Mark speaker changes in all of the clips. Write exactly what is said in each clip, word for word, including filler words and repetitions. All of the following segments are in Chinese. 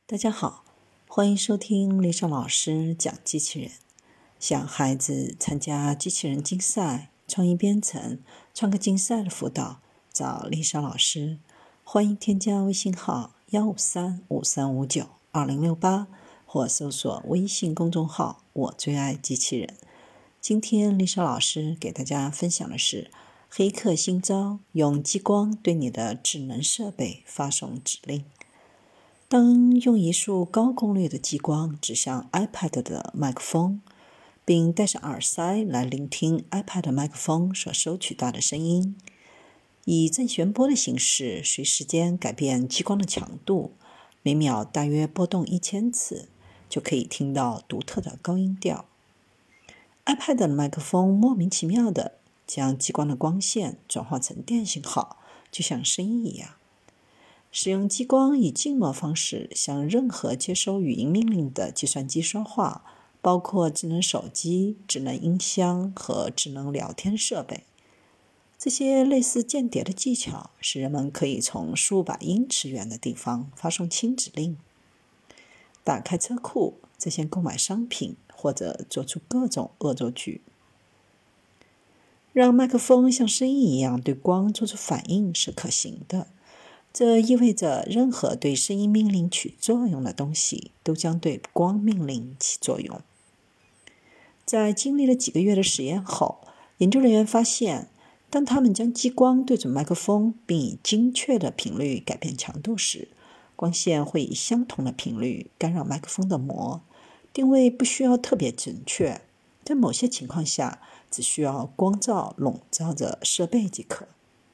Speaker 1: 大家好，欢迎收听丽莎老师讲机器人。想孩子参加机器人竞赛、创意编程、创客竞赛的辅导，找丽莎老师。欢迎添加微信号幺五三五三五九二零六八，或搜索微信公众号我最爱机器人。今天丽莎老师给大家分享的是黑客新招，用激光对你的智能设备发送指令。当用一束高功率的激光指向 iPad 的麦克风，并戴上耳塞来聆听 iPad 麦克风所收取到的声音，以正弦波的形式随时间改变激光的强度，每秒大约波动一千次，就可以听到独特的高音调。iPad 的麦克风莫名其妙地将激光的光线转化成电信号，就像声音一样。使用激光以静默方式向任何接收语音命令的计算机说话，包括智能手机、智能音箱和智能聊天设备。这些类似间谍的技巧使人们可以从数百英尺远的地方发送轻指令，打开车库在线购买商品，或者做出各种恶作剧。让麦克风像声音一样对光做出反应是可行的。这意味着任何对声音命令起作用的东西都将对光命令起作用。在经历了几个月的实验后，研究人员发现，当他们将激光对准麦克风并以精确的频率改变强度时，光线会以相同的频率干扰麦克风的膜，定位不需要特别准确，在某些情况下只需要光照笼罩着设备即可。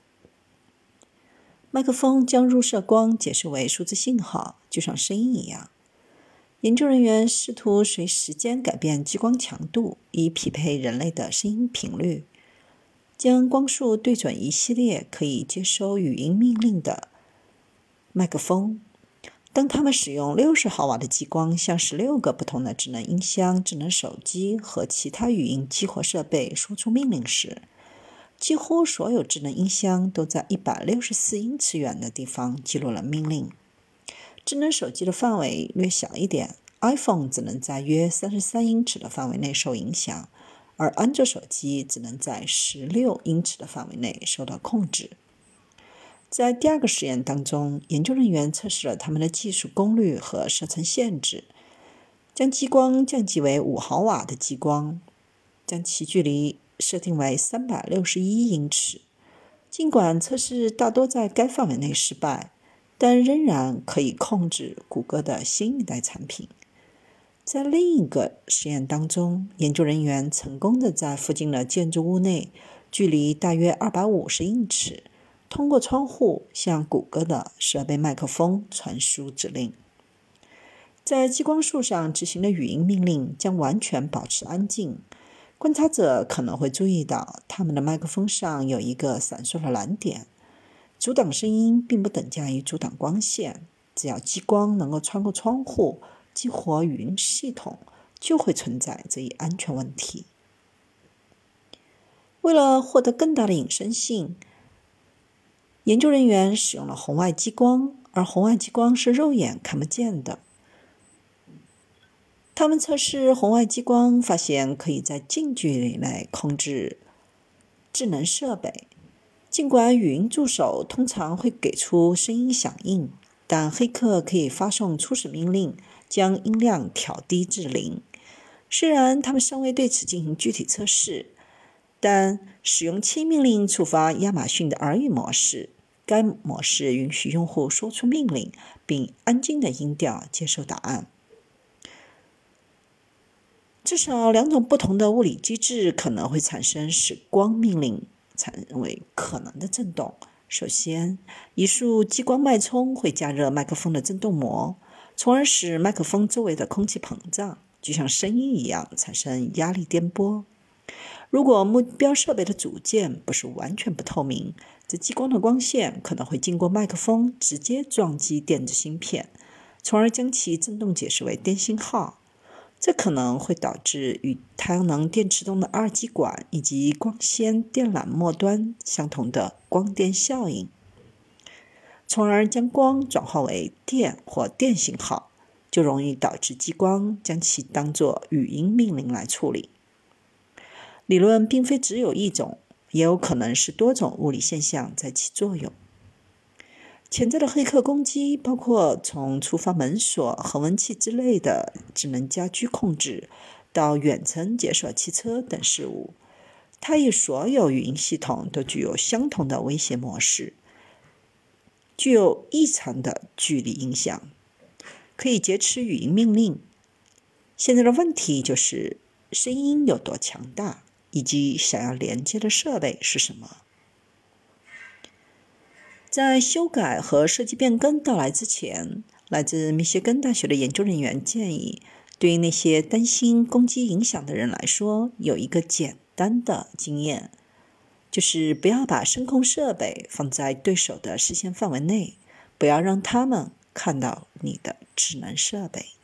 Speaker 1: 麦克风将入射光解释为数字信号，就像声音一样。研究人员试图随时间改变激光强度，以匹配人类的声音频率，将光束对准一系列可以接收语音命令的麦克风。当他们使用六十毫瓦的激光向十六个不同的智能音箱、智能手机和其他语音激活设备输出命令时，几乎所有智能音箱都在一百六十四英尺远的地方记录了命令。智能手机的范围略小一点， iPhone 只能在约三十三英尺的范围内受影响，而安卓手机只能在十六英尺的范围内受到控制。在第二个实验当中，研究人员测试了他们的技术功率和射程限制，将激光降级为五毫瓦的激光，将其距离设定为三百六十一英尺。尽管测试大多在该范围内失败，但仍然可以控制谷歌的新一代产品。在另一个实验当中，研究人员成功地在附近的建筑物内，距离大约二百五十英尺，通过窗户向谷歌的设备麦克风传输指令。在激光束上执行的语音命令将完全保持安静。观察者可能会注意到，他们的麦克风上有一个闪烁的蓝点。阻挡声音并不等价于阻挡光线，只要激光能够穿过窗户激活语音系统，就会存在这一安全问题。为了获得更大的隐身性，研究人员使用了红外激光，而红外激光是肉眼看不见的。他们测试红外激光，发现可以在近距离内控制智能设备。尽管语音助手通常会给出声音响应，但黑客可以发送初始命令，将音量调低至零。虽然他们尚未对此进行具体测试，但使用轻命令触发亚马逊的耳语模式，该模式允许用户说出命令，并安静的音调接受答案。至少两种不同的物理机制可能会产生使光命令成为可能的振动。首先，一束激光脉冲会加热麦克风的振动膜，从而使麦克风周围的空气膨胀，就像声音一样产生压力颠簸。如果目标设备的组件不是完全不透明，这激光的光线可能会经过麦克风直接撞击电子芯片，从而将其振动解释为电信号。这可能会导致与太阳能电池中的二极管以及光纤电缆末端相同的光电效应，从而将光转化为电或电信号。 就容易导致激光将其当作语音命令来处理。理论并非只有一种，也有可能是多种物理现象在起作用。潜在的黑客攻击包括从触发门锁、恒温器之类的智能家居控制，到远程解锁汽车等事物。它与所有语音系统都具有相同的威胁模式，具有异常的距离影响，可以劫持语音命令。现在的问题就是声音有多强大，以及想要连接的设备是什么。在修改和设计变更到来之前，来自密歇根大学的研究人员建议，对于那些担心攻击影响的人来说，有一个简单的经验，就是不要把声控设备放在对手的视线范围内，不要让他们看到你的智能设备。